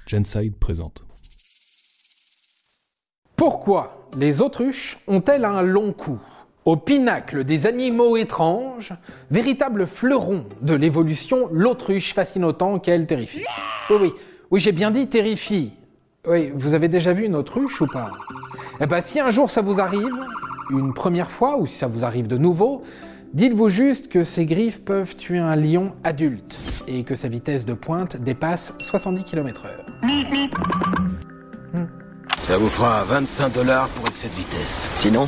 Genside présente. Pourquoi les autruches ont-elles un long cou ? Au pinacle des animaux étranges, véritable fleuron de l'évolution, l'autruche fascine autant qu'elle terrifie. Oui, j'ai bien dit terrifie. Oui, vous avez déjà vu une autruche ou pas ? Eh ben, si un jour ça vous arrive, une première fois, ou si ça vous arrive de nouveau, dites-vous juste que ses griffes peuvent tuer un lion adulte et que sa vitesse de pointe dépasse 70 km/h. Ça vous fera $25 pour excès de vitesse. Sinon,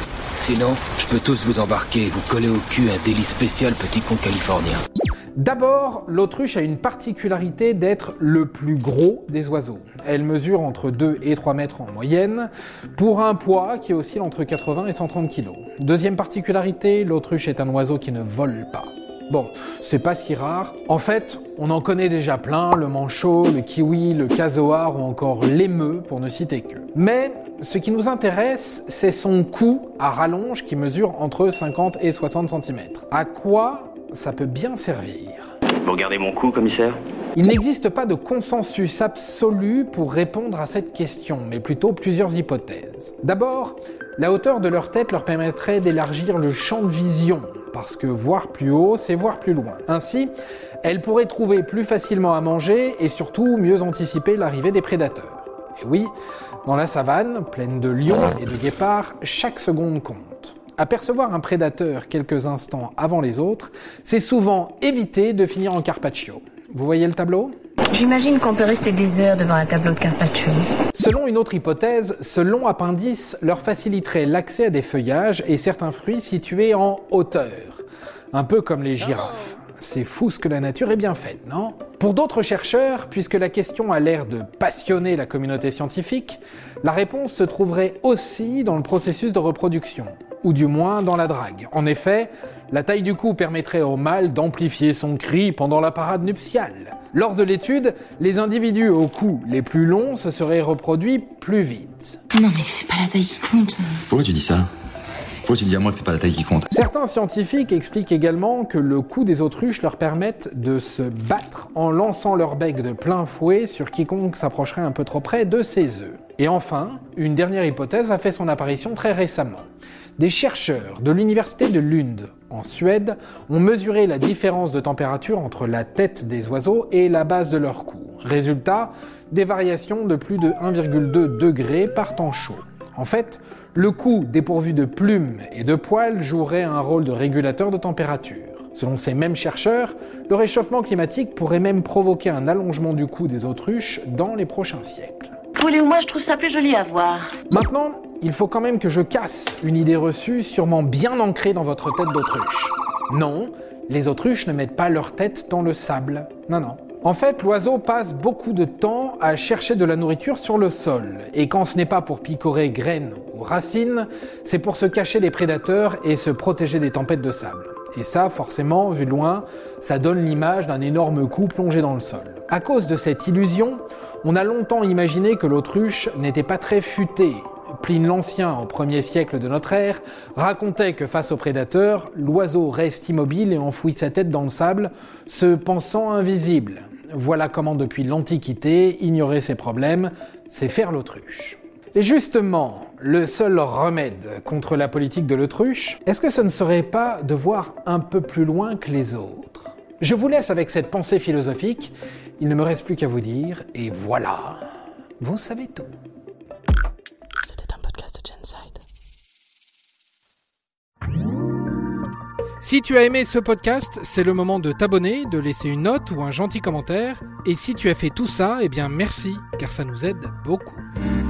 je peux tous vous embarquer et vous coller au cul un délit spécial petit con californien. D'abord, l'autruche a une particularité d'être le plus gros des oiseaux. Elle mesure entre 2 et 3 mètres en moyenne, pour un poids qui oscille entre 80 et 130 kg. Deuxième particularité, l'autruche est un oiseau qui ne vole pas. Bon, c'est pas si rare. En fait, on en connaît déjà plein, le manchot, le kiwi, le casoar ou encore l'émeu, pour ne citer que. Mais ce qui nous intéresse, c'est son cou à rallonge qui mesure entre 50 et 60 cm. À quoi ça peut bien servir? Vous regardez mon cou, commissaire ? Il n'existe pas de consensus absolu pour répondre à cette question, mais plutôt plusieurs hypothèses. D'abord, la hauteur de leur tête leur permettrait d'élargir le champ de vision, parce que voir plus haut, c'est voir plus loin. Ainsi, elles pourraient trouver plus facilement à manger et surtout mieux anticiper l'arrivée des prédateurs. Et oui, dans la savane, pleine de lions et de guépards, chaque seconde compte. Apercevoir un prédateur quelques instants avant les autres, c'est souvent éviter de finir en carpaccio. Vous voyez le tableau ? J'imagine qu'on peut rester des heures devant un tableau de carpaccio. Selon une autre hypothèse, ce long appendice leur faciliterait l'accès à des feuillages et certains fruits situés en hauteur. Un peu comme les girafes. C'est fou ce que la nature est bien faite, non ? Pour d'autres chercheurs, puisque la question a l'air de passionner la communauté scientifique, la réponse se trouverait aussi dans le processus de reproduction, ou du moins dans la drague. En effet, la taille du cou permettrait au mâle d'amplifier son cri pendant la parade nuptiale. Lors de l'étude, les individus au cou les plus longs se seraient reproduits plus vite. Non mais c'est pas la taille qui compte. Pourquoi tu dis ça ? Pourquoi tu dis à moi que c'est pas la taille qui compte ? Certains scientifiques expliquent également que le cou des autruches leur permette de se battre en lançant leur bec de plein fouet sur quiconque s'approcherait un peu trop près de ses œufs. Et enfin, une dernière hypothèse a fait son apparition très récemment. Des chercheurs de l'université de Lund, en Suède, ont mesuré la différence de température entre la tête des oiseaux et la base de leur cou. Résultat, des variations de plus de 1,2 degrés par temps chaud. En fait, le cou dépourvu de plumes et de poils jouerait un rôle de régulateur de température. Selon ces mêmes chercheurs, le réchauffement climatique pourrait même provoquer un allongement du cou des autruches dans les prochains siècles. Voulez-vous, moi je trouve ça plus joli à voir. Maintenant, il faut quand même que je casse une idée reçue sûrement bien ancrée dans votre tête d'autruche. Non, les autruches ne mettent pas leur tête dans le sable. Non. En fait, l'oiseau passe beaucoup de temps à chercher de la nourriture sur le sol. Et quand ce n'est pas pour picorer graines ou racines, c'est pour se cacher des prédateurs et se protéger des tempêtes de sable. Et ça, forcément, vu de loin, ça donne l'image d'un énorme cou plongé dans le sol. À cause de cette illusion, on a longtemps imaginé que l'autruche n'était pas très futée. Pline l'Ancien, au 1er siècle de notre ère, racontait que face aux prédateurs, l'oiseau reste immobile et enfouit sa tête dans le sable, se pensant invisible. Voilà comment, depuis l'Antiquité, ignorer ces problèmes, c'est faire l'autruche. Et justement, le seul remède contre la politique de l'autruche, est-ce que ce ne serait pas de voir un peu plus loin que les autres ? Je vous laisse avec cette pensée philosophique, il ne me reste plus qu'à vous dire, et voilà, vous savez tout. Si tu as aimé ce podcast, c'est le moment de t'abonner, de laisser une note ou un gentil commentaire. Et si tu as fait tout ça, eh bien merci, car ça nous aide beaucoup.